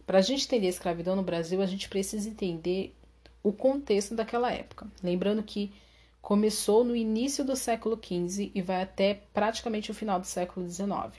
Para a gente entender a escravidão no Brasil, a gente precisa entender o contexto daquela época. Lembrando que começou no início do século XV e vai até praticamente o final do século XIX.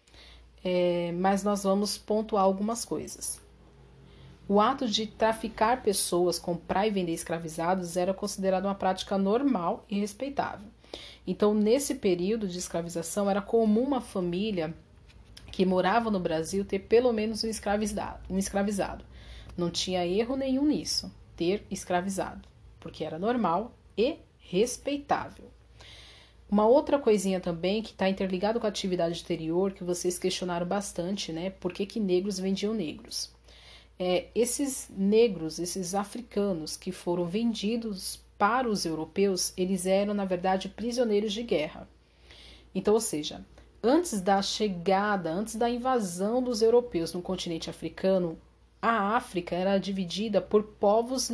Mas nós vamos pontuar algumas coisas. O ato de traficar pessoas, comprar e vender escravizados era considerado uma prática normal e respeitável. Então, nesse período de escravização, era comum uma família que morava no Brasil ter pelo menos um escravizado. Não tinha erro nenhum nisso, ter escravizado, porque era normal e respeitável. Uma outra coisinha também que está interligado com a atividade exterior, que vocês questionaram bastante, né? Por que negros vendiam negros? Esses negros, esses africanos que foram vendidos para os europeus, eles eram, na verdade, prisioneiros de guerra. Então, ou seja, antes da chegada, antes da invasão dos europeus no continente africano, a África era dividida por povos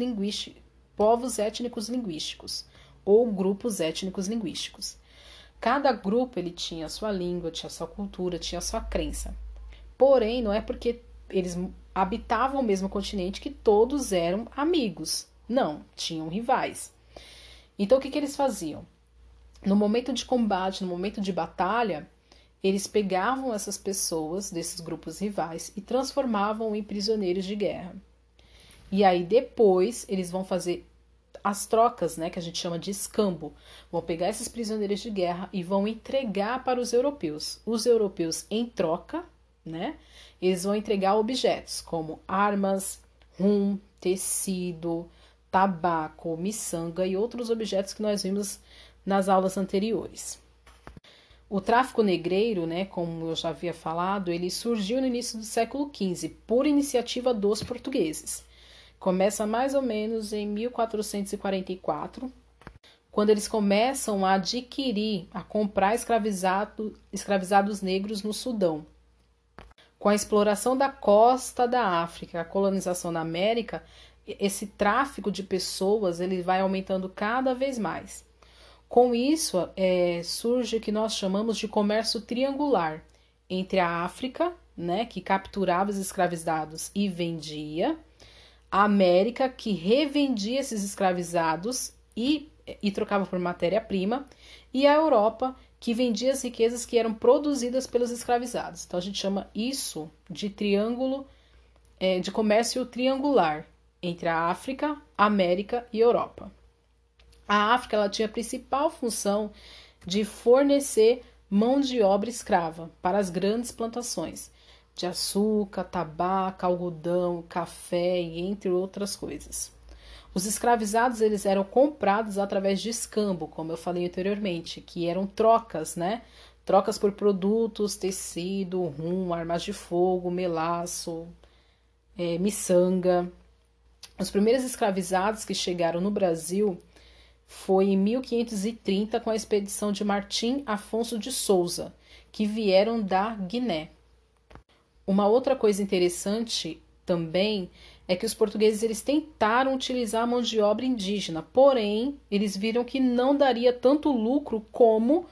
étnicos linguísticos ou grupos étnicos linguísticos. Cada grupo ele tinha a sua língua, tinha a sua cultura, tinha a sua crença. Porém, não é porque eles habitavam o mesmo continente que todos eram amigos. Não, tinham rivais. Então, o que eles faziam? No momento de combate, no momento de batalha, eles pegavam essas pessoas desses grupos rivais e transformavam em prisioneiros de guerra. E aí depois eles vão fazer as trocas, né, que a gente chama de escambo. Vão pegar esses prisioneiros de guerra e vão entregar para os europeus. Os europeus, em troca, né, eles vão entregar objetos como armas, rum, tecido, tabaco, miçanga e outros objetos que nós vimos nas aulas anteriores. O tráfico negreiro, né, como eu já havia falado, ele surgiu no início do século XV, por iniciativa dos portugueses. Começa mais ou menos em 1444, quando eles começam a adquirir, a comprar escravizados negros no Sudão. Com a exploração da costa da África, a colonização da América, esse tráfico de pessoas ele vai aumentando cada vez mais. Com isso, surge o que nós chamamos de comércio triangular entre a África, né, que capturava os escravizados e vendia, a América, que revendia esses escravizados e trocava por matéria-prima, e a Europa, que vendia as riquezas que eram produzidas pelos escravizados. Então a gente chama isso de triângulo, de comércio triangular entre a África, América e Europa. A África ela tinha a principal função de fornecer mão de obra escrava para as grandes plantações de açúcar, tabaco, algodão, café e entre outras coisas. Os escravizados eles eram comprados através de escambo, como eu falei anteriormente, que eram trocas, né? Trocas por produtos, tecido, rum, armas de fogo, melaço, miçanga. Os primeiros escravizados que chegaram no Brasil foi em 1530 com a expedição de Martim Afonso de Souza, que vieram da Guiné. Uma outra coisa interessante também é que os portugueses eles tentaram utilizar a mão de obra indígena, porém eles viram que não daria tanto lucro como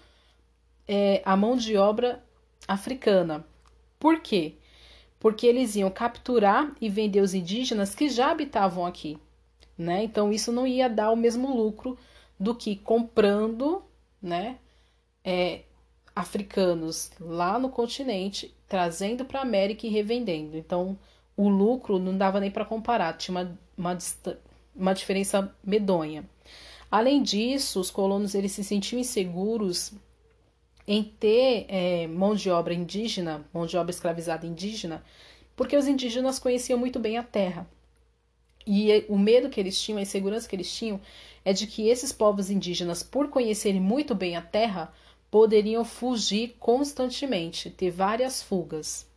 a mão de obra africana. Por quê? Porque eles iam capturar e vender os indígenas que já habitavam aqui, né? Então isso não ia dar o mesmo lucro do que comprando, né, africanos lá no continente, trazendo para a América e revendendo. Então o lucro não dava nem para comparar, tinha uma diferença medonha. Além disso, os colonos eles se sentiam inseguros em ter mão de obra indígena, mão de obra escravizada indígena, porque os indígenas conheciam muito bem a terra. E o medo que eles tinham, a insegurança que eles tinham, é de que esses povos indígenas, por conhecerem muito bem a terra, poderiam fugir constantemente, ter várias fugas.